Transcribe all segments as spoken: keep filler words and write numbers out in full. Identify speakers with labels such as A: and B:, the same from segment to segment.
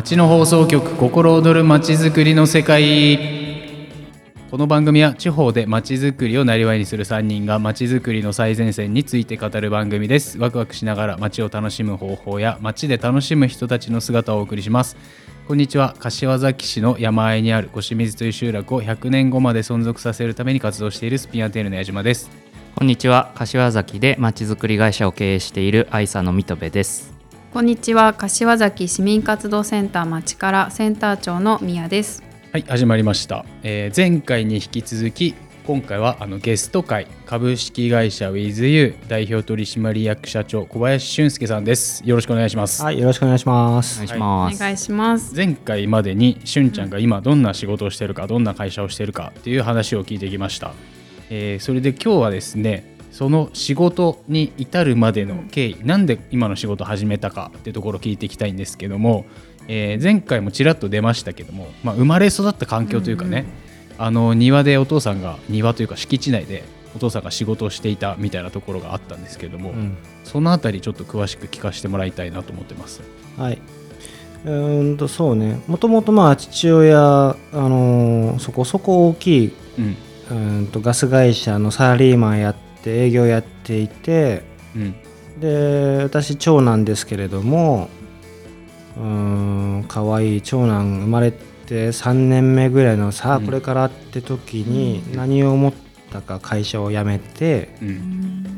A: 町の放送局、心躍る町づくりの世界。この番組は地方で町づくりをなりわいにするさんにんが町づくりの最前線について語る番組です。ワクワクしながら町を楽しむ方法や町で楽しむ人たちの姿をお送りします。こんにちは。柏崎市の山あいにある越水という集落をひゃくねんごまで存続させるために活動しているスピンアテールの矢島です。
B: こんにちは。柏崎で町づくり会社を経営している愛さの水戸部です。
C: こんにちは。柏崎市民活動センター町からセンター長の宮です。
A: はい、始まりました。えー、前回に引き続き今回はあのゲスト会、株式会社 ウィズユー 代表取締役社長小林俊介さんです。よろしくお願いします。
D: はい、よろしくお願いします。
B: お願いします。
C: お願いします。
A: 前回までに俊ちゃんが今どんな仕事をしているか、どんな会社をしているかっていう話を聞いてきました。えー、それで今日はですね、その仕事に至るまでの経緯、なんで今の仕事を始めたかっていうところを聞いていきたいんですけども、えー、前回もちらっと出ましたけども、まあ、生まれ育った環境というかね、うんうん、あの庭でお父さんが庭というか敷地内でお父さんが仕事をしていたみたいなところがあったんですけども、うん、そのあたりちょっと詳しく聞かせてもらいたいなと思ってます。
D: はい、うーんとそうね、もともとまあ父親、あのー、そこそこ大きい、うん、うーんとガス会社のサラリーマンやって営業やっていて、うん、で私長男ですけれども、うーんかわいい長男生まれてさんねんめぐらいのさあこれからって時に何を思ったか会社を辞めて、うん、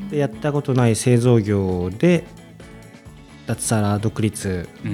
D: でやったことない製造業で脱サラ独立、うん、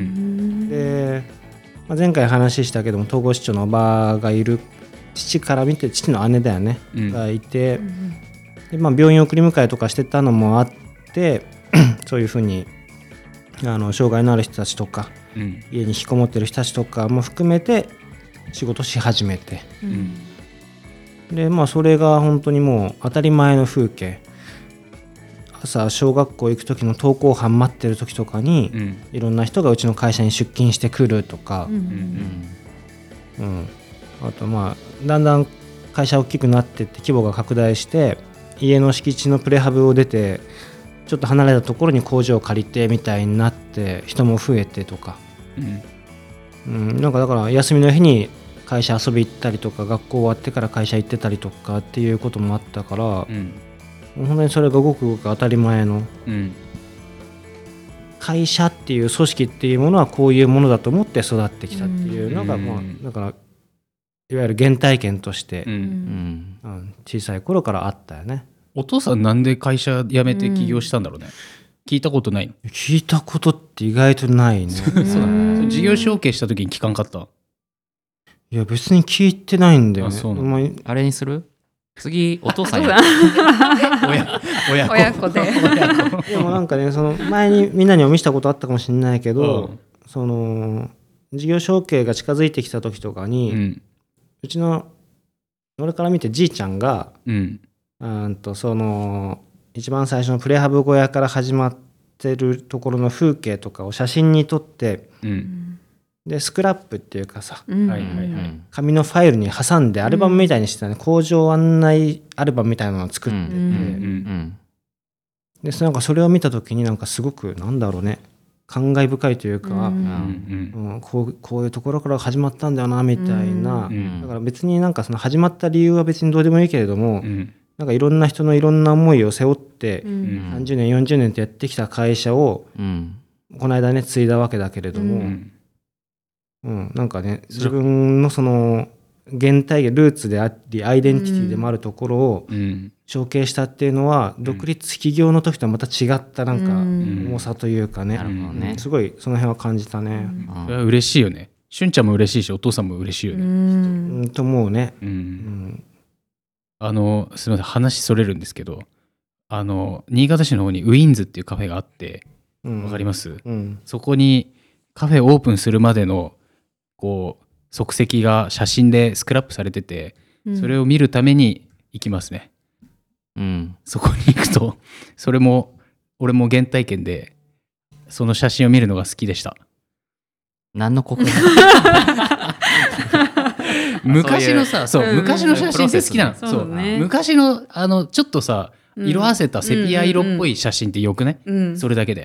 D: で、まあ、前回話したけども統合失調のおばがいる父から見て父の姉だよね、うん、がいて、で、まあ、病院送り迎えとかしてたのもあってそういうふうにあの障害のある人たちとか、うん、家に引きこもってる人たちとかも含めて仕事し始めて、うん、でまあそれが本当にもう当たり前の風景。朝小学校行く時の登校班待ってる時とかに、うん、いろんな人がうちの会社に出勤してくるとか、うんうんうん、あとまあだんだん会社大きくなってって規模が拡大して家の敷地のプレハブを出てちょっと離れたところに工場を借りてみたいになって人も増えてとか、うんうん、なんかだから休みの日に会社遊び行ったりとか学校終わってから会社行ってたりとかっていうこともあったから、うん、本当にそれがごくごく当たり前の、うん、会社っていう組織っていうものはこういうものだと思って育ってきたっていうのが、まあ、だからいわゆる原体験として、うんうん、小さい頃からあったよね。
A: お父さんなんで会社辞めて起業したんだろうね、うん、聞いたことないの？
D: 聞いたことって意外とないね。そうだ
A: ね。事業承継した時に聞かんかった？
D: いや別に聞いてないんだよね。
B: あ, そうなの。あれにする？次お父さんや
A: 親, 親子
C: 親子で
D: でもなんかね、その前にみんなにお見せしたことあったかもしれないけど、うん、その事業承継が近づいてきた時とかに、うん、うちの俺から見てじいちゃんが、うんうんとその一番最初のプレハブ小屋から始まってるところの風景とかを写真に撮って、うん、でスクラップっていうかさ、うんはいはいはい、紙のファイルに挟んでアルバムみたいにしてたね、うん、工場案内アルバムみたいなのを作ってて、うんうんうん、でなんかそれを見た時になんかすごくなんだろうね、感慨深いというか、うんうんうん、こう、こういうところから始まったんだよなみたいな、うん、だから別になんかその始まった理由は別にどうでもいいけれども、うんなんかいろんな人のいろんな思いを背負って、うん、さんじゅうねんよんじゅうねんとやってきた会社を、うん、この間ね継いだわけだけれども、うんうん、なんかね自分のその原体ルーツでありアイデンティティでもあるところを承継したっていうのは、うん、独立起業の時とはまた違ったなんか重さというかね、うん、ねすごいその辺は感じたね、
A: うん、それは嬉しいよね。しゅんちゃんも嬉しいしお父さんも嬉しいよね、
D: うん、と思うね、うん
A: うんあのすみません話それるんですけど、あの新潟市の方にウィンズっていうカフェがあって、うん、わかります、うん、そこにカフェオープンするまでのこう足跡が写真でスクラップされてて、うん、それを見るために行きますね、うん、そこに行くとそれも俺も原体験でその写真を見るのが好きでした。
B: 何の告白
A: 昔のさ、そう、うん、昔の写真って好きなの。そう、ね、昔のあのちょっとさ、色あせたセピア色っぽい写真ってよくね、うん、それだけで。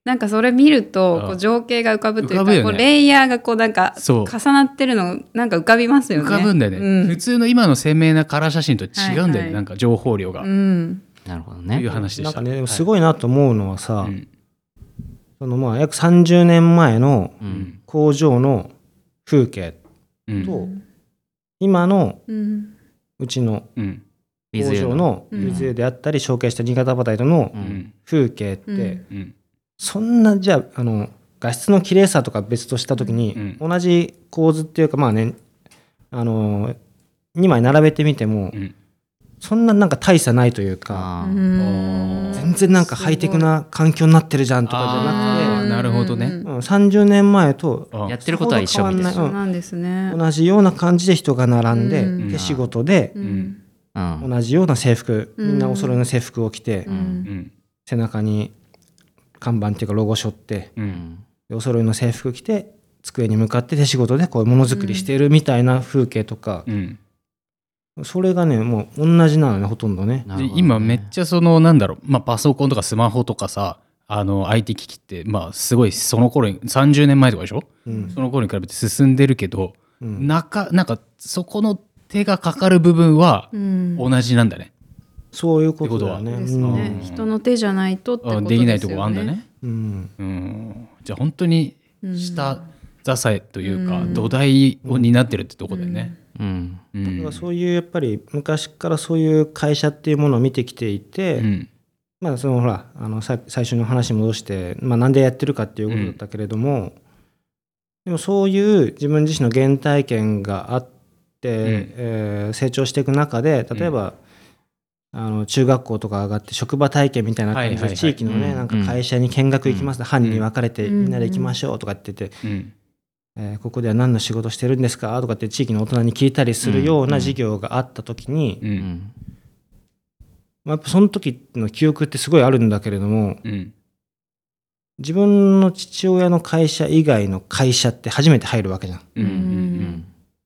C: なんかそれ見ると
A: ああ
C: こう情景が浮かぶというか、
A: 浮かぶよね
C: こうレイヤーがこうなんか
A: そう
C: 重なってるのなんか浮かびますよね。
A: 浮かぶんだよね、
C: うん
A: 普通の今の鮮明なカラー写真と違うんだよね、
C: はいはい
A: なんか情報量が、
C: う
A: っ
C: ん
B: なるほど
A: ていう
B: ね。
A: 話でした
D: なんかねでもすごいなと思うのはさ、
A: はいうん
D: そのまあ約さんじゅうねんまえの
B: うん
D: 工場の風景
A: うん
D: と、今の
C: うん
D: うちの
A: うん
D: 工
B: ビズユー
D: 場の
C: うん
D: 水であったり紹介した新潟バタイトの
B: う
A: うんん
D: 風景って、
C: うん
A: うん
D: そんなじゃああの画質の綺麗さとか別とした時に、
A: う
D: 同じ構図っていうかまあねあのにまい並べてみても、
A: うん
D: そんななんか大差ないというか、
B: あ
C: う
B: ー
C: ん
D: 全然なんかハイテクな環境になってるじゃんとかじゃな
A: あーなるほどね
C: うんうん
D: くて、うん、さんじゅうねんまえと
A: あ
B: やってることは一緒みたいな。
C: そうなんですね。
D: 同じような感じで人が並んで、
C: うん
D: 手仕事で
C: うん
B: うん
D: 同じような制服、
C: うん
D: みんなお揃いの制服を着て、
C: うん
A: うん
D: 背中に看板っていうかロゴ背負って
A: う
B: うんん
D: でお揃いの制服着て机に向かって手仕事でこういうものづくりしているみたいな風景とか、
A: うん
D: それがねもう同じなのねほとんどね。
A: で
B: なるほどね
A: 今めっちゃそのなんだろう、まあ、パソコンとかスマホとかさあの アイティー 機器ってまあすごいその頃にさんじゅうねんまえとかでしょ、
D: うん
A: その頃に比べて進んでるけど、
D: うん
A: なかなんかそこの手がかかる部分は
C: うん
A: 同じなんだね、
D: そういうことだよね。
C: です
A: うん
C: ね。人の手じゃないとってことですよね。
A: あできないとこあんだね。
D: うん
A: うんじゃあ本当に下支えというか、
C: うん
A: 土台を担ってるってとこだよね。
B: うん
A: うん
D: だからそういうやっぱり昔からそういう会社っていうものを見てきていて、
A: うん
D: まあそのほらあのさ最初の話に戻して、まあ、なんでやってるかっていうことだったけれども、でもそういう自分自身の原体験があって、えー成長していく中で例えば、あの中学校とか上がって職場体験みたいな感じ
A: はいはいはい
D: で地域のね、
B: うん
D: なんか会社に見学行きます、班に分かれて
C: うん
D: みんなで行きましょうとかって言って、
A: うん
D: えーここでは何の仕事してるんですかとかって地域の大人に聞いたりするような授業があった時に、
A: う
B: うんん
D: まあ、やっぱその時の記憶ってすごいあるんだけれども、
A: うん
D: 自分の父親の会社以外の会社って初めて入るわけじゃん。
A: うんう
B: うんん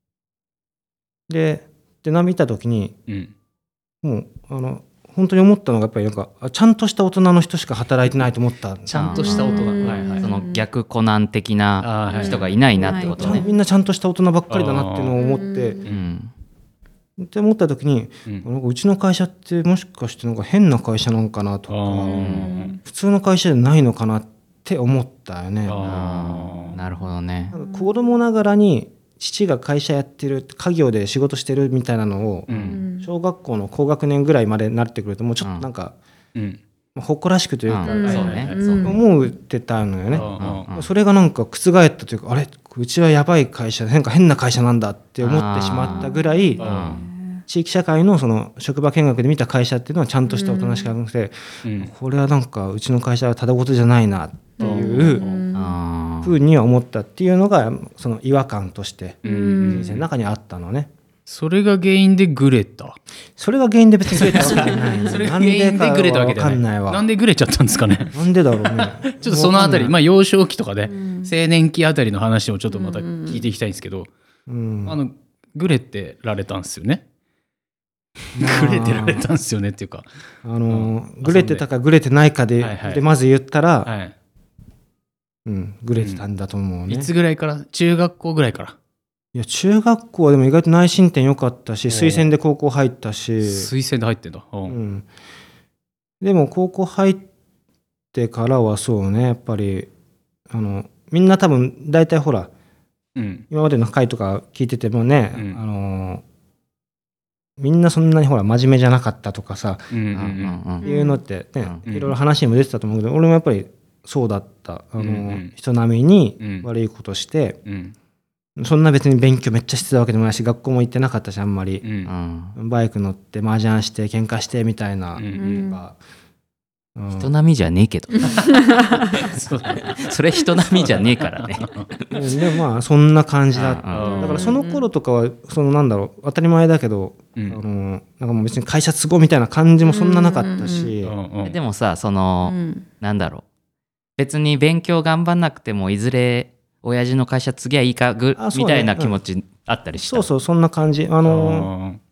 D: でで見た時に
A: うん
D: もうあの本当に思ったのがやっぱりなんかあちゃんとした大人の人しか働いてないと思った。
A: ちゃんとした大人、
C: うん
A: はいはい
B: その逆コナン的な
A: あーはい
B: 人がいないなってことね。
D: ちゃんみんなちゃんとした大人ばっかりだなっていうのを思って
B: うん
D: って思った時に
A: うん
D: なんかうちの会社ってもしかしてなんか変な会社なんかなと
A: あ
D: か
A: ー
D: 普通の会社じゃないのかなって思ったよね。
A: あー
B: なるほどね。
D: なんか子供ながらに父が会社やってる家業で仕事してるみたいなのを
A: うん
D: 小学校の高学年ぐらいまでなってくるともうちょっとなんか
A: うん
D: 誇らしくというか
B: うんそうねそうね
D: 思ってたのよね。
A: あー
D: それがなんか覆ったというかあれうちはやばい会社なんか変な会社なんだって思ってしまったぐらい
A: あ
D: 地域社会のその職場見学で見た会社っていうのはちゃんとした大人しかなくて
A: うん
D: これはなんかうちの会社はただごとじゃないなっていう
B: あ
D: ふうには思ったっていうのがその違和感として
A: うん
D: 人生の中にあったのね。
A: それが原因でグレた。
D: それが原因で別にグレたわけじゃない
A: それが原因でグレたわけじゃない。
D: んでかは分かんないわ。
A: なんでグレちゃったんですかね。
D: なんでだろうね。
A: ちょっとそのあたり、ま
D: あ、
A: あ幼少期とかで、青年期あたりの話をちょっとまた聞いていきたいんですけど、
D: うん、
A: あのグレてられたんですよね。
D: まあ
A: グレてられたんですよねっていうか、
D: あの
A: うん
D: グレてたかグレてないかで,、
A: はいはい
D: でまず言ったら、
A: はい。
D: うん、グレてたんだと思うね。
A: いつぐらいから？中学校ぐらいから。
D: いや中学校はでも意外と内申点良かったし
A: お
D: 推薦で高校入ったし、
A: 推薦で入ってんだ。う
D: うんん、でも高校入ってからはそうねやっぱりあのみんな多分大体ほら
A: うん
D: 今までの回とか聞いててもね、
A: うん
D: あのみんなそんなにほら真面目じゃなかったとかさ、
A: うんうん
B: ーうんうん
D: いうのってね、
A: うん
D: いろいろ話にも出てたと思うけど俺もやっぱりそうだったあの、
A: うんうん
D: 人並みに
A: うん
D: 悪いことして、
A: うん
D: そんな別に勉強めっちゃしてたわけでもないし学校も行ってなかったしあんまり
A: う、ん
B: うん
D: バイク乗って麻雀して喧嘩してみたいな、
A: うん
C: うん
D: とかうん
B: 人並みじゃねえけど
A: そうだね。
B: それ人並みじゃねえからね。
D: うんでもまあそんな感じだった
B: うん
A: うん
D: だからその頃とかはそのなんだろう当たり前だけど、
A: うん
D: あのなんかもう別に会社都合みたいな感じもそんななかったし、
A: うんうん
B: でもさその、
C: うん
B: なんだろう別に勉強頑張んなくてもいずれ親父の会社次はいいかぐ、
D: あそうね
B: みたいな気持ちあったりした。
D: そうそうそんな感じあの
A: あ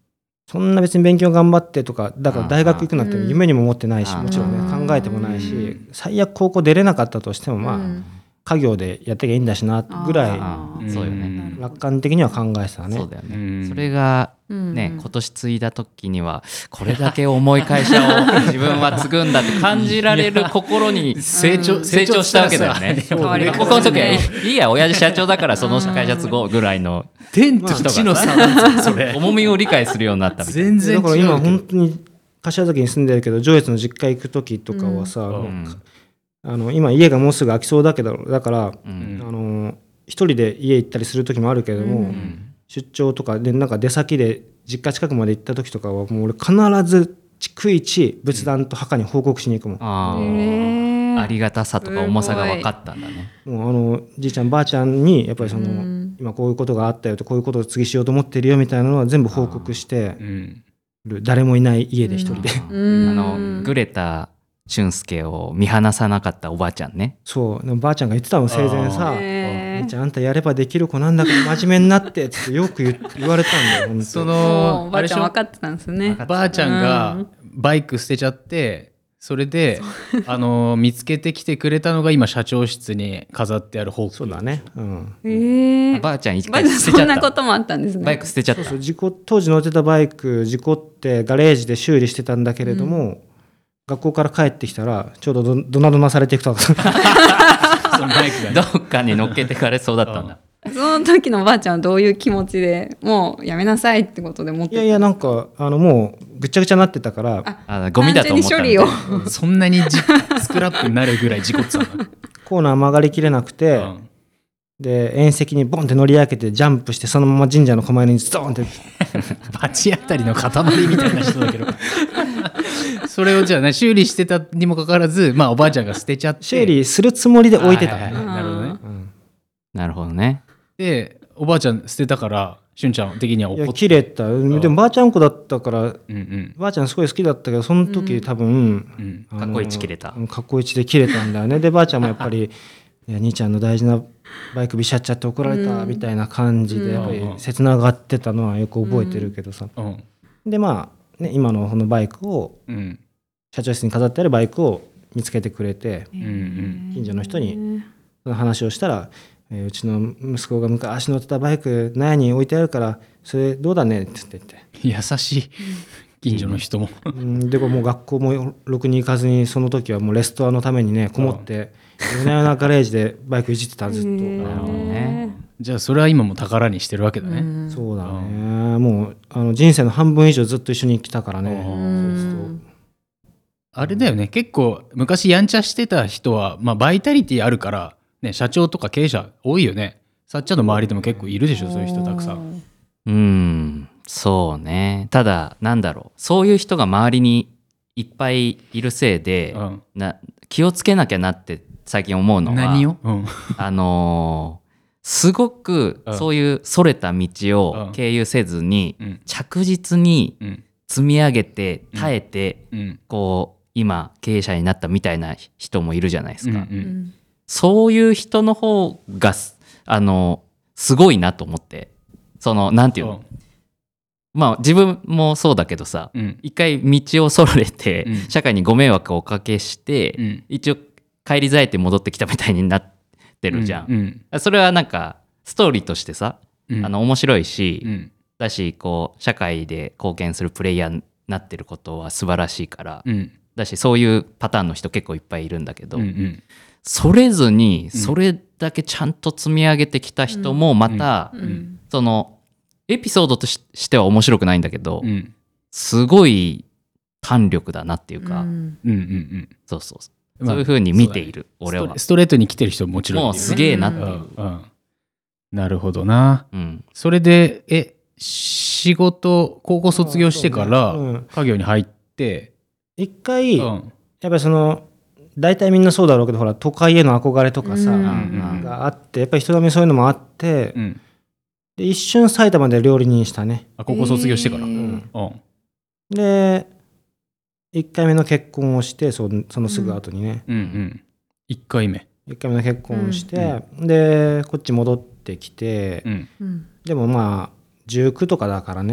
D: そんな別に勉強頑張ってとかだから大学行くなんて夢にも思ってないし、
C: うん
D: もちろんね
C: うん
D: 考えてもないし、最悪高校出れなかったとしてもまあ、
C: うん
D: 家業でやってきゃいいんだしなぐらい
B: あー
A: うん
B: そうよね、
A: うん
D: 楽観的には考えてたね。
B: そうだよね、
A: うん
B: それが
C: うん
B: ね、今年継いだ時にはこれだけ重い会社を自分は継ぐんだって感じられる心に
A: 成長
B: 成長したわけだよね。
C: 変わりますね
B: ここの時はいいいいや親父社長だからその会社継ごうぐらいの
A: 天と地の差なんですよそれ
B: 重みを理解するようになったみたいな。
A: 全然違う
D: だから今
A: けど
D: 本当に柏崎に住んでるけど上越の実家行く時とかはさ、
A: うん
D: もう
B: うん
D: あの今家がもうすぐ空きそうだけどだから、
B: うん
D: あの一人で家行ったりする時もあるけども、
C: うん
D: 出張とかでなんか出先で実家近くまで行った時とかはもう俺必ず逐一仏壇と墓に報告しに行くもん、
B: あ
C: へ
B: ー
C: ー
B: ありがたさとか重さが分かったんだね。
D: もうあのじいちゃんばあちゃんにやっぱりその、
C: うん
D: 今こういうことがあったよとこういうことを次しようと思ってるよみたいなのは全部報告して
A: うん
D: る誰もいない家で一人で、
C: うん
B: あのグレタ俊介を見放さなかったおばあちゃんね。
D: そうでもばあちゃんが言ってたもん生前さ
C: へー
D: 「じゃああんたやればできる子なんだから真面目になって」っつってよく言言われたんだよ本当
A: そ
C: もう
A: の
C: おばあちゃん
A: あれ
C: 分かってたんですね
A: でしょばあちゃんがバイク捨てちゃってそれであの見つけてきてくれたのが今社長室に飾ってあるホーク。
D: そうだねうん
C: へえ
B: ばあちゃん一
C: ばあ
B: 回
C: ちゃんそんな
B: 捨てちゃった。
C: こともあったんですね
B: バイク捨てちゃった
D: そうそう事故当時乗ってたバイク事故ってガレージで修理してたんだけれども、学校から帰ってきたらちょうどどドナドナされていくと
A: そのバイクがね
B: どっかに乗っけてかれそうだったんだ。
C: その時のおばあちゃんはどういう気持ちでもうやめなさいってことで持って
D: いやいやなんかあのもうぐっちゃぐちゃになってたから
B: あゴミだと思った
C: 完全に処
B: みたいな。
C: 理を
A: そんなにじスクラップになるぐらい事故ってたんだ
D: コーナー曲がりきれなくて、
A: うん
D: で縁石にボンって乗り上げてジャンプしてそのまま神社の狛犬にズドンって
A: 罰当たりの塊みたいな人だけどそれをじゃあ、ね、修理してたにもかかわらず、まあ、おばあちゃんが捨てちゃって
D: 修理するつもりで置いてたのね、
A: はいはいはいなるほどね
D: うん
B: なるほどね。
A: でおばあちゃん捨てたからしゅんちゃん的には怒って
D: いや切れたでもばあちゃん子だったから
A: うんうん
D: ばあちゃんすごい好きだったけどその時多分、
A: うん
D: あの
B: かっこいいち切れた
D: うんかっこいいちで切れたんだよねでばあちゃんもやっぱりいや兄ちゃんの大事なバイクびしゃっちゃって怒られたみたいな感じでやっぱり切ながってたのはよく覚えてるけどさ、
A: うん
D: でまあね今のこのバイクを
A: うん
D: 社長室に飾ってあるバイクを見つけてくれて
A: うんうん
D: 近所の人にその話をしたら、えーうちの息子が昔乗ってたバイク納屋に置いてあるからそれどうだねって言って
A: 優しい近所の人も
D: うんでもう学校もろくに行かずにその時はもうレストアのためにねこもって夜な夜なガレージでバイクいじってたずっと。
B: なるほどね。
A: じゃあそれは今も宝にしてるわけだね、
C: うん
D: そうだねもうあの人生の半分以上ずっと一緒に来たからね
C: うん
A: あれだよね結構昔やんちゃしてた人は、まあ、バイタリティあるから、ね、社長とか経営者多いよねさっちゃんの周りでも結構いるでしょそういう人たくさん
B: うんそうね。ただなんだろうそういう人が周りにいっぱいいるせいで、
A: うん
B: な気をつけなきゃなって最近思うのは
A: 何を、うん
B: あのーすごく
A: うん
B: そういうそれた道
A: うん
B: を経由せずに
A: うん
B: 着実に
A: うん
B: 積み上げて耐えて
A: うん
B: こう今経営者になったみたいな人もいるじゃないですか。
A: うんうん
B: そういう人の方がすあのすごいなと思ってそのなんていうの、まあ自分もそうだけどさ、
A: うん
B: 一回道をそれて、
A: うん
B: 社会にご迷惑をおかけして、
A: うん
B: 一応帰り咲いて戻ってきたみたいになってるじゃん、
A: うん
B: それはなんかストーリーとしてさ、
A: うん
B: あの面白いし、
A: うん
B: だしこう社会で貢献するプレイヤーになってることは素晴らしいから、
A: うん
B: だしそういうパターンの人結構いっぱいいるんだけど、
A: うんうん
B: それずにそれだけちゃんと積み上げてきた人もまた、
C: うん
B: そのエピソードとししては面白くないんだけど、
A: うん
B: すごい胆力だなっていうか、
C: うん
A: うんうん
B: そうそうそう、
A: まあ
B: そういう風に見ている、俺は
A: ストレストレートに来てる人ももちろんいるよね
B: もうすげえなっていう、
A: うんうんなるほどな
B: うん
A: それでえ仕事高校卒業してから
D: そうねうん
A: 家業に入って
D: 一回、
A: うん
D: やっぱりその大体みんなそうだろうけどほら都会への憧れとかさ、
C: うん
A: うん
D: があってやっぱり人並みそういうのもあって、
A: うん
D: で一瞬埼玉で料理人したね
A: あ高校卒業してから
C: へー
A: うんうん
D: でいっかいめの結婚をしてそそのすぐ後にね、
A: うんうんいっかいめ
D: いっかいめの結婚をして、でこっち戻ってきて、
A: うん
C: うん
D: でもまあじゅうきゅうとかだからね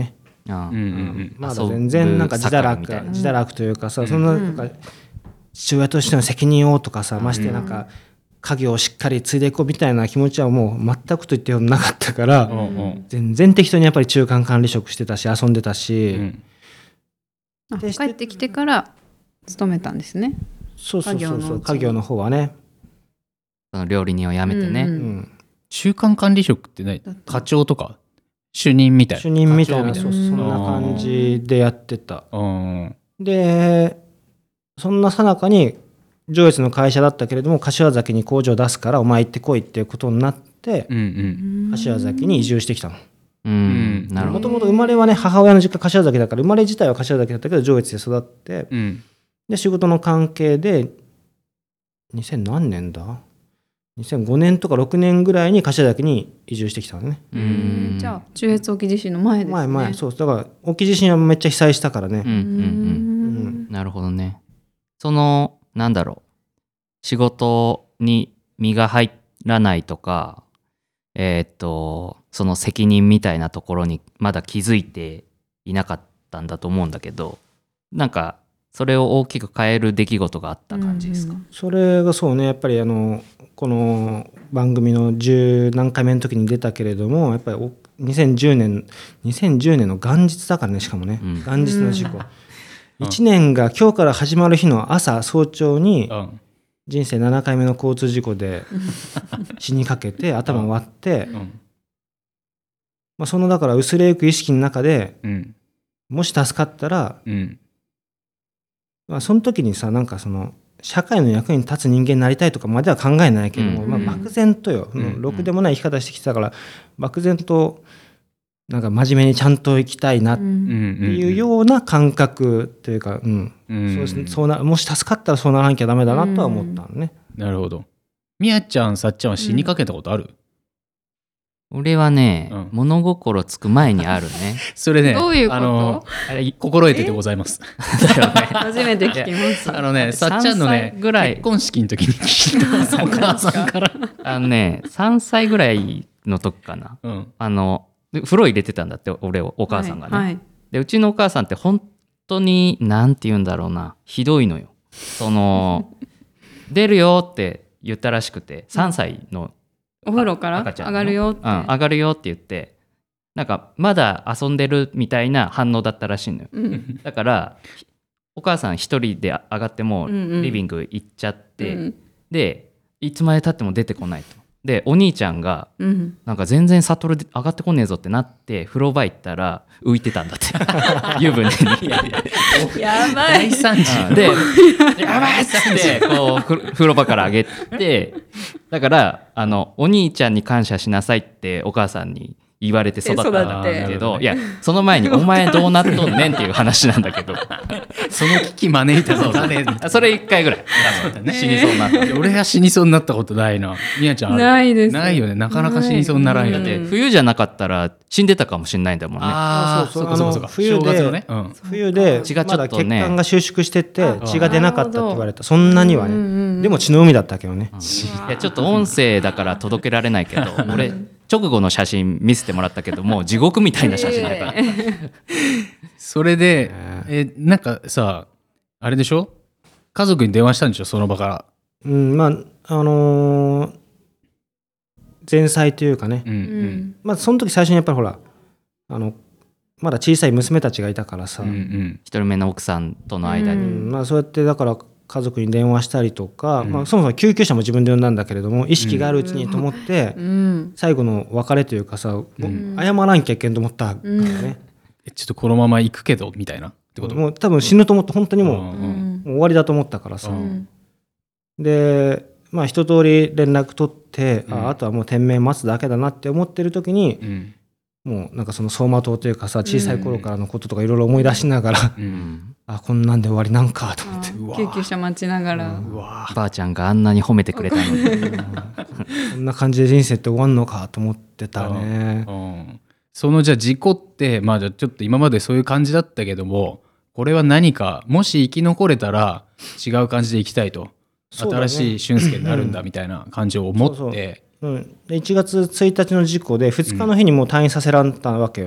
B: あ
A: うんうんうん
D: まだ全然なんか自堕落
B: 遊ぶ盛りみたいな
D: 自堕落というかさ、
A: うん
D: そんななんか父親としての責任をとかさ、まして
C: うん
D: なんか家業をしっかり継いでいこうみたいな気持ちはもう全くと言ってようなかったから、
A: うんうん
D: 全然適当にやっぱり中間管理職してたし遊んでたし、
A: うん
C: あ
D: で
C: 帰ってきてから勤めたんですね。
D: そうそうそうそう
C: 家業のうちに
D: 家業の方はね、
B: その料理人を辞めてね、
C: うん
D: う
C: うん
D: ん、
A: 中間管理職って何？
C: だった
A: 課長とか主任みたいな。
D: 主任みたいな
A: 課長
D: そうそんな感じでやってた。
A: うん
D: でそんな最中に上越の会社だったけれども柏崎に工場を出すからお前行ってこいっていうことになって
A: うんうん
D: 柏崎に移住してきたの。
B: うん
A: うん
B: なるほど。
D: もともと生まれはね母親の実家柏崎だから生まれ自体は柏崎だったけど上越で育って
A: うん
D: で仕事の関係でにせん何年だにせんごねんとかろくねんぐらいに柏崎に移住してきたのね。
B: うん
C: じゃあ中越沖地震の前ですね。
D: 前前そうだから沖地震はめっちゃ被災したからね。
B: うんうんうん
C: うん
B: なるほどね。そのなんだろう仕事に身が入らないとかえーっとその責任みたいなところにまだ気づいていなかったんだと思うんだけど、なんかそれを大きく変える出来事があった感じですか？
D: それがそうねやっぱりあのこの番組の十何回目の時に出たけれどもやっぱりおにせんじゅうねんにせんじゅうねんの元日だからねしかもね、
B: うん
D: 元日の事故、
A: うん
D: いちねんが今日から始まる日の朝早朝に
A: うん
D: 人生ななかいめの交通事故で死にかけて頭割って、
A: うん
D: まあ、そのだから薄れゆく意識の中で
A: うん
D: もし助かったら、
A: うん
D: まあ、その時にさなんかその社会の役に立つ人間になりたいとかまでは考えないけども、
B: うん
D: まあ、漠然とよ、
A: うん
D: うんろくでもない生き方してきてたから漠然となんか真面目にちゃんと生きたいなって
A: うんうん
D: いうような感覚というか、うん
A: うん
D: そうですねそうなもし助かったらそうならなきゃダメだなとは思ったのね。
A: なるほど。みやちゃんさっちゃんは死にかけたことある？
B: 俺はね、
A: うん
B: 物心つく前にあるね。
A: それね
C: どういうこと
A: あのあれ心得てでございます。
B: だよね。
C: 初めて聞きます。
A: あのねさっちゃんのね
B: さんさいぐらい
A: 結婚式の時に聞いたんですお母さんから。
B: あのねさんさいぐらいの時かな。
A: うん
B: あの風呂入れてたんだって俺をお母さんがね。
C: はいはい
B: でうちのお母さんって本当になんて言うんだろうなひどいのよ。その出るよって言ったらしくてさんさいの
C: お風呂から
B: 赤ちゃんの
C: 上がるよって。
B: うん、上がるよって言ってなんかまだ遊んでるみたいな反応だったらしいのよ。
C: うん
B: だからお母さん一人で上がっても
C: うんうん
B: リビング行っちゃって、
C: うん
B: でいつまでたっても出てこないと。でお兄ちゃんが
C: うん
B: なんか全然悟上がってこねえぞってなって風呂場行ったら浮いてたんだって湯船に。
C: やばい。
A: 大惨事。
B: うんで「やばい!」っつってこうふ風呂場から上げてだからあのお兄ちゃんに感謝しなさいってお母さんに言われて育ったんだ
C: 育
A: って
B: けどいやその前に「お前どうなっとんねん」っていう話なんだけど
A: その危機招いたぞ誰
B: それいっかいぐらい
A: そうだね
B: 死にそうになった。
A: 俺は死にそうになったことないな。みやちゃんある？
C: ないです。
A: ないよね。なかなか死にそうにならんよね。
B: だって冬じゃなかったら死んでたかもしれないんだもんね。
A: ああ、
D: そそう
A: そううかそうかそうか。
D: あの冬で
A: 正月のね。うん。
D: 冬で
B: 血がちょ
D: まだ
B: っとね
D: 血管が収縮してって
C: あ
D: 血が出なかったって言われたそん
C: う
D: なにはね、
C: んうんうん
D: でも血の海だったけどね、
B: いやちょっと音声だから届けられないけど俺直後の写真見せてもらったけどもう地獄みたいな写真だから、
A: それで、え、なんかさ、あれでしょ？家族に電話したんでしょ？その場から。
D: うん、まああのー前妻というかね、
A: うんう。
C: うんん
D: まあその時最初にやっぱりほらあのまだ小さい娘たちがいたからさ、
A: うんうん。
B: 一人目の奥さんとの間
D: う
B: に、
D: んまあ、そうやってだから家族に電話したりとか、
A: うん
D: まあ、そもそも救急車も自分で呼んだんだけれども意識があるうちにと思って、
C: うん
D: 最後の別れというかさ、もう
A: うん
D: 謝らんきゃいけんと思ったからね、
A: えちょっとこのまま行くけどみたいなってこと？
D: もう多分死ぬと思って本当にもう,、
A: うん
C: う
A: うん
C: ん
D: もう終わりだと思ったからさ、
A: うん
D: でまあ一通り連絡取って、
A: うん
D: ああとはもう天命待つだけだなって思ってる時に、
A: うん
D: もうなんかその走馬灯というかさ小さい頃からのこととかいろいろ思い出しながら、
A: う
B: うんん
D: あこんなんで終わりなんかと思って、
A: うわ
C: 救急車待ちながら。
A: うわ
B: ばあちゃんがあんなに褒めてくれたのに
D: こんな感じで人生って終わんのかと思ってたね。
A: うんそのじゃあ事故ってまあじゃあちょっと今までそういう感じだったけどもこれは何かもし生き残れたら違う感じで生きたいと、
D: そうだね
A: 新しい俊介になるんだみたいな感じを思って
D: そうそううん、でいちがつついたちの事故でふつかの日にもう退院させられたわけよね。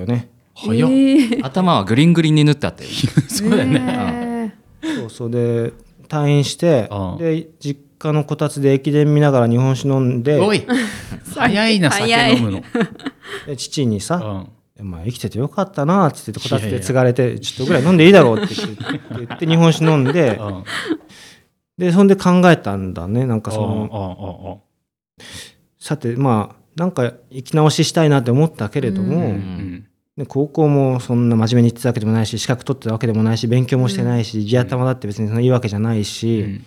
A: 早っ、
C: えー
B: 頭はグリングリンに塗ってあったよ。
A: そうだよね、
C: えー
D: そうそうで退院して
A: うん
D: で実家のこたつで駅伝見ながら日本酒飲んで
A: おい早いな酒飲むの、
D: で父にさ、
A: うん
D: まあ、生きててよかったなって言ってこたつで継がれてちょっとぐらい飲んでいいだろうって言って言って日本酒飲んで
A: うん
D: でそんで考えたんだねなんかその
A: うんうん
D: さてまあなんか生き直ししたいなって思ったけれども、
A: うんうん
D: で高校もそんな真面目に行ってたわけでもないし資格取ってたわけでもないし勉強もしてないし地頭だって別にそのいいわけじゃないし、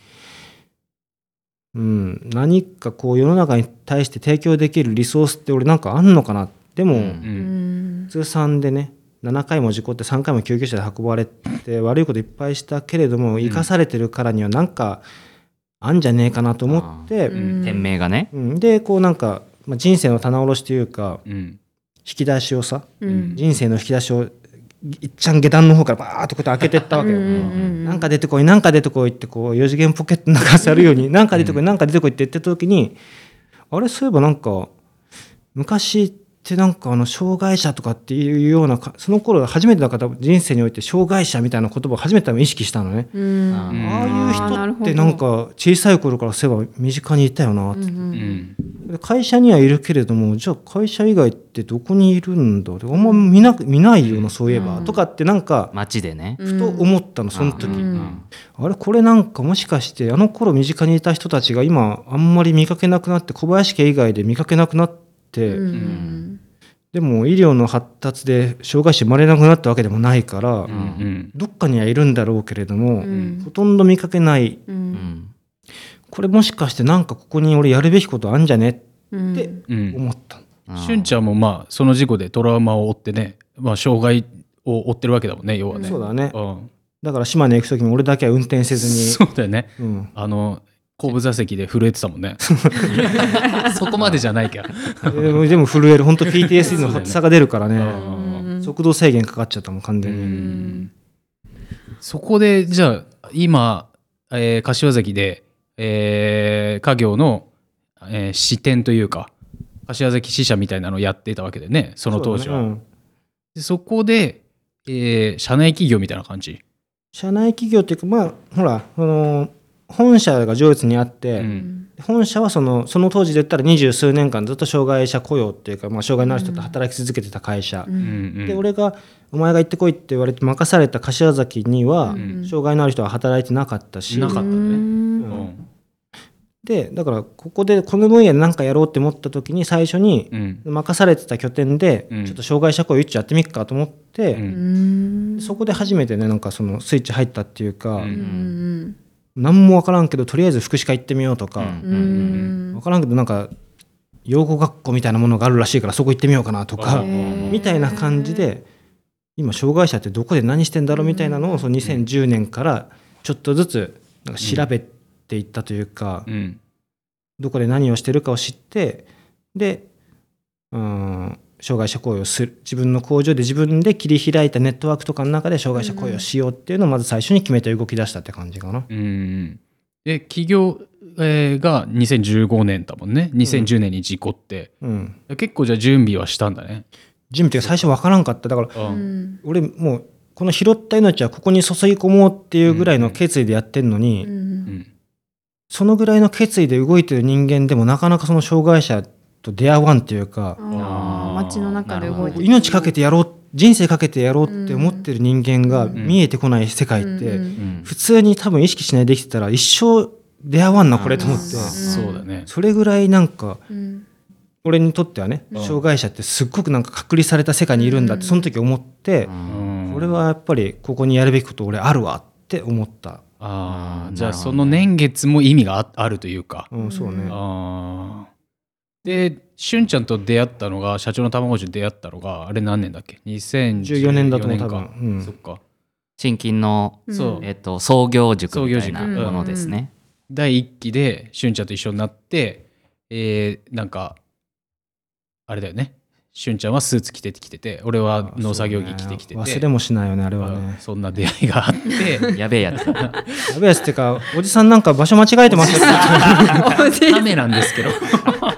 D: うん何かこう世の中に対して提供できるリソースって俺なんかあんのかなでも、
B: うん
C: うん
D: 通算でねななかいも事故ってさんかいも救急車で運ばれて悪いこといっぱいしたけれども生かされてるからにはなんかあんじゃねえかなと思って、
C: うん
B: 店名がね。
D: うんでこうなんか、まあ、人生の棚卸しというか
A: うん
D: 引き出しをさ
C: うん
D: 人生の引き出しをいっちゃん下段の方からバーッとこうやって開けてったわけよ。
C: うんうん
D: なんか出てこいなんか出てこいってこうよ次元ポケットの中さるようになんか出てこいなんか出てこいって言ってた時にあれそういえばなんか昔ってなんかあの障害者とかっていうようなかその頃初めてだから人生において障害者みたいな言葉を初めて多分意識したのね。
C: うん
B: あ
A: ー
D: ああいう人
C: なるほど
D: ってなんか小さい頃からそういえば身近にいたよなって、
C: うんうん
A: うん
D: で会社にはいるけれどもじゃあ会社以外ってどこにいるんだってあんま見な見ないよなそういえば、
C: うん
D: とかってなんか
B: 街でね。
D: ふと思ったのその時、
C: うん
D: あれこれなんかもしかしてあの頃身近にいた人たちが今あんまり見かけなくなって小林家以外で見かけなくなって、
C: うんうん
D: でも医療の発達で障害者生まれなくなったわけでもないから、
A: うんうん
D: どっかにはいるんだろうけれども、
C: うん
D: ほとんど見かけない
C: う
B: うんん
D: これもしかしてなんかここに俺やるべきことあんじゃねって
C: うん
A: うん
D: 思ったの、
A: しゅんちゃんもまあその事故でトラウマを負ってね、まあ、障害を負ってるわけだもんね要はね。
D: そうだね
A: うん
D: だから島根行く時も俺だけは運転せずに
A: そうだよね。
D: うん
A: あの後部座席で震えてたもんね。そこまでじゃないけど。
D: えーでも震える本当 ピーティーエスディー の発作が出るからね
A: うん
D: 速度制限かかっちゃったもん完
A: う
D: 全に、
A: んそこでじゃあ今、えー柏崎で、えー家業の、えー支店というか柏崎支社みたいなのをやっていたわけでねその当時は。
D: そうだねうん
A: でそこで、えー社内企業みたいな感じ。
D: 社内企業っていうかまあほらその本社が上越にあって、
A: うん
D: 本社はそのその当時で言ったら二十数年間ずっと障害者雇用っていうか、まあ、障害のある人と働き続けてた会社、
C: うん
A: うんうん
D: で俺が「お前が行ってこい」って言われて任された柏崎には、
C: うん
D: 障害のある人は働いてなかったし
A: なかったね。
C: うん
A: うん
D: でだからここでこの分野で何かやろうって思った時に最初に
A: うん
D: 任されてた拠点で、
A: うん
D: ちょっと障害者雇用一丁やってみっかと思って、
A: うん
C: うん
D: そこで初めてねなんかそのスイッチ入ったっていうか、
A: うん
C: うん
D: 何も分からんけどとりあえず福祉課行ってみようとか、
B: うん
C: うん
D: 分からんけどなんか養護学校みたいなものがあるらしいからそこ行ってみようかなとか、
A: へー
D: みたいな感じで今障害者ってどこで何してんだろうみたいなのをそのにせんじゅうねんからちょっとずつなんか調べていったというか、
A: うん
D: どこで何をしてるかを知ってでうん障害者雇用をする自分の工場で自分で切り開いたネットワークとかの中で障害者雇用をしようっていうのをまず最初に決めて動き出したって感じかな。
A: うんで起業、えーがにせんじゅうごねんだもんね。にせんじゅうねんに事故って、
D: うん、
A: 結構じゃあ準備はしたんだね。
D: 準備っていうか最初分からんかっただから
A: う
C: うんん
D: 俺もうこの拾った命はここに注ぎ込もうっていうぐらいの決意でやってんのに、
C: うん
A: うん
D: そのぐらいの決意で動いてる人間でもなかなかその障害者と出会わんっていうか、
C: あー街の中で動いてる
D: 命かけてやろう人生かけてやろうって思ってる人間が
C: うん
D: 見えてこない世界って、
C: うん
B: うん
D: 普通に多分意識しないできてたら一生出会わんなこれと思って、
B: うん
A: そうだね。
D: それぐらいなんか
C: うん
D: 俺にとってはね、
A: うん
D: 障害者ってすっごくなんか隔離された世界にいるんだってその時思って、
A: うん
D: 俺はやっぱりここにやるべきこと俺あるわって思った。
A: ああ、
B: うん
A: じゃあ
B: なるほどね
A: その年月も意味がああるというか。
D: うん、そうね。
A: ああ。で、しゅんちゃんと出会ったのが、社長の卵で出会ったのが、あれ何年だっけ ?にせんじゅうよねん
D: じゅうよねんだと
A: か。
D: 思う多分うん
A: そっか。
B: 新金の、
C: うん
A: そう
B: えっと、創業塾みたいな
A: 創業塾
B: ものですね。
A: 第一期でしゅんちゃんと一緒になって、えー、なんか、あれだよね。しゅんちゃんはスーツ着てきてて、俺は農作業着着てきてて。
D: 忘れもしないよねあれは
A: うん
D: ね。
A: そんな出会いがあって、
B: やべえやつ。
D: やべえやつっていうかおじさんなんか場所間違えてますよって
A: ためなんですけど。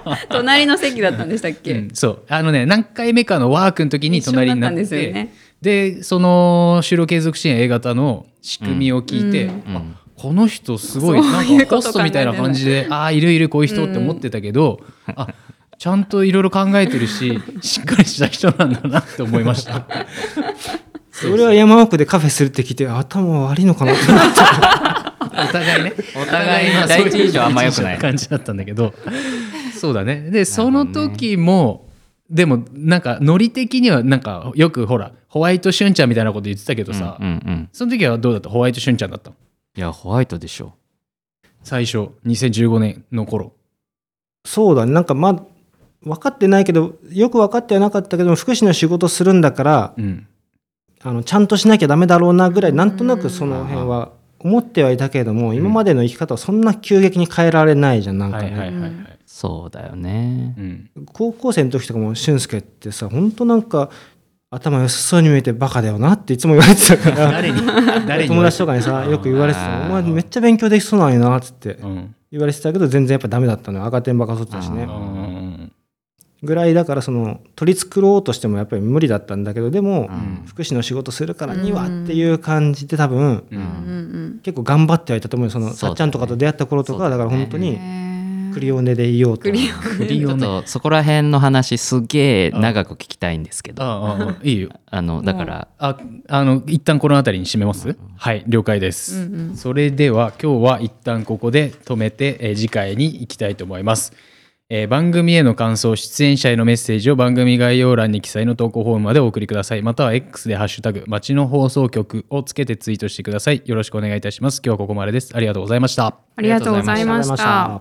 C: 隣の席だったんでしたっけ、
A: うん、そうあのね何回目かのワークの時に隣になって
C: 一緒だったんですよね。
A: でその就労継続支援 A 型の仕組みを聞いて、
C: うん
B: うん
A: あこの人すごい
C: そう
A: なんか
C: いうこと
A: ホストみたいな感じでああいるいるこういう人って思ってたけど、あちゃんといろいろ考えてるししっかりした人なんだなって思いました
D: 俺は山奥でカフェするって聞いて頭悪いのかなって思った
A: お互いね
B: お互い
A: まあ
B: 第一印象あんま良くない
A: そういう感じだったんだけどそうだねでその時も、でもなんかノリ的にはなんかよくほらホワイトシュンちゃんみたいなこと言ってたけどさ、
B: うんうんうん、
A: その時はどうだった？ホワイトシュンちゃんだったの？
B: いやホワイトでしょ
A: 最初にせんじゅうごねんの頃。
D: そうだねなんかまあ分かってないけどよく分かってはなかったけど福祉の仕事するんだから、
A: うん、
D: あのちゃんとしなきゃダメだろうなぐらいなんとなくその辺は思ってはいたけれども、今までの生き方はそんな急激に変えられないじゃんなんかね、
A: はいはいはいはい、
B: そうだよね、
A: うん、
D: 高校生の時とかも俊介ってさ本当なんか頭良さそうに見えてバカだよなっていつも言われてたから
A: 誰に誰に
D: 友達とかにさよく言われてたお前めっちゃ勉強できそうなんやなっつって
A: うん
D: 言われてたけど全然やっぱダメだったのよ赤点ばか取ってたしね
A: うん
D: ぐらいだからその取り繕おうとしてもやっぱり無理だったんだけどでも、
B: うん、
D: 福祉の仕事するからにはっていう感じで多分、
A: うん
C: うんうん、
D: 結構頑張ってはいたと思うよそのさっちゃんとかと出会った頃とかだから本当にクリオネでいようと
C: クリ
B: ちょっとそこら辺の話すげえ長く聞きたいんですけど
A: ああいいよ
B: あのだから
A: ああの一旦この辺りに締めます、うん、はい了解です、
C: うんうん、
A: それでは今日は一旦ここで止めて、えー、次回に行きたいと思います、えー、番組への感想出演者へのメッセージを番組概要欄に記載の投稿フォームまでお送りください。または X でハッシュタグ町の放送局をつけてツイートしてください。よろしくお願いいたします。今日はここまでです。ありがとうございました。
C: ありがとうございました。